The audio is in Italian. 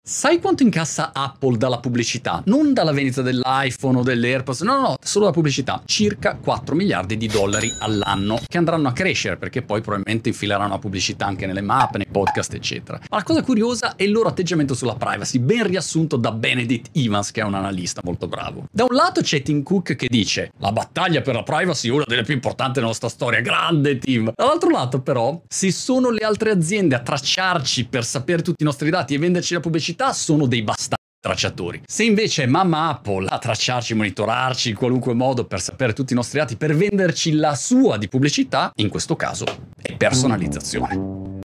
Sai quanto incassa Apple dalla pubblicità? Non dalla vendita dell'iPhone o dell'AirPods, no, solo dalla pubblicità. Circa 4 miliardi di dollari all'anno, che andranno a crescere perché poi probabilmente infileranno la pubblicità anche nelle mappe, nei podcast, eccetera. Ma la cosa curiosa è il loro atteggiamento sulla privacy, ben riassunto da Benedict Evans, che è un analista molto bravo. Da un lato c'è Tim Cook che dice: la battaglia per la privacy è una delle più importanti della nostra storia, grande Tim. Dall'altro lato però, se sono le altre aziende a tracciarci per sapere tutti i nostri dati e venderci la pubblicità, sono dei bastardi tracciatori. Se invece è mamma Apple a tracciarci, monitorarci in qualunque modo per sapere tutti i nostri dati, per venderci la sua di pubblicità, in questo caso è personalizzazione.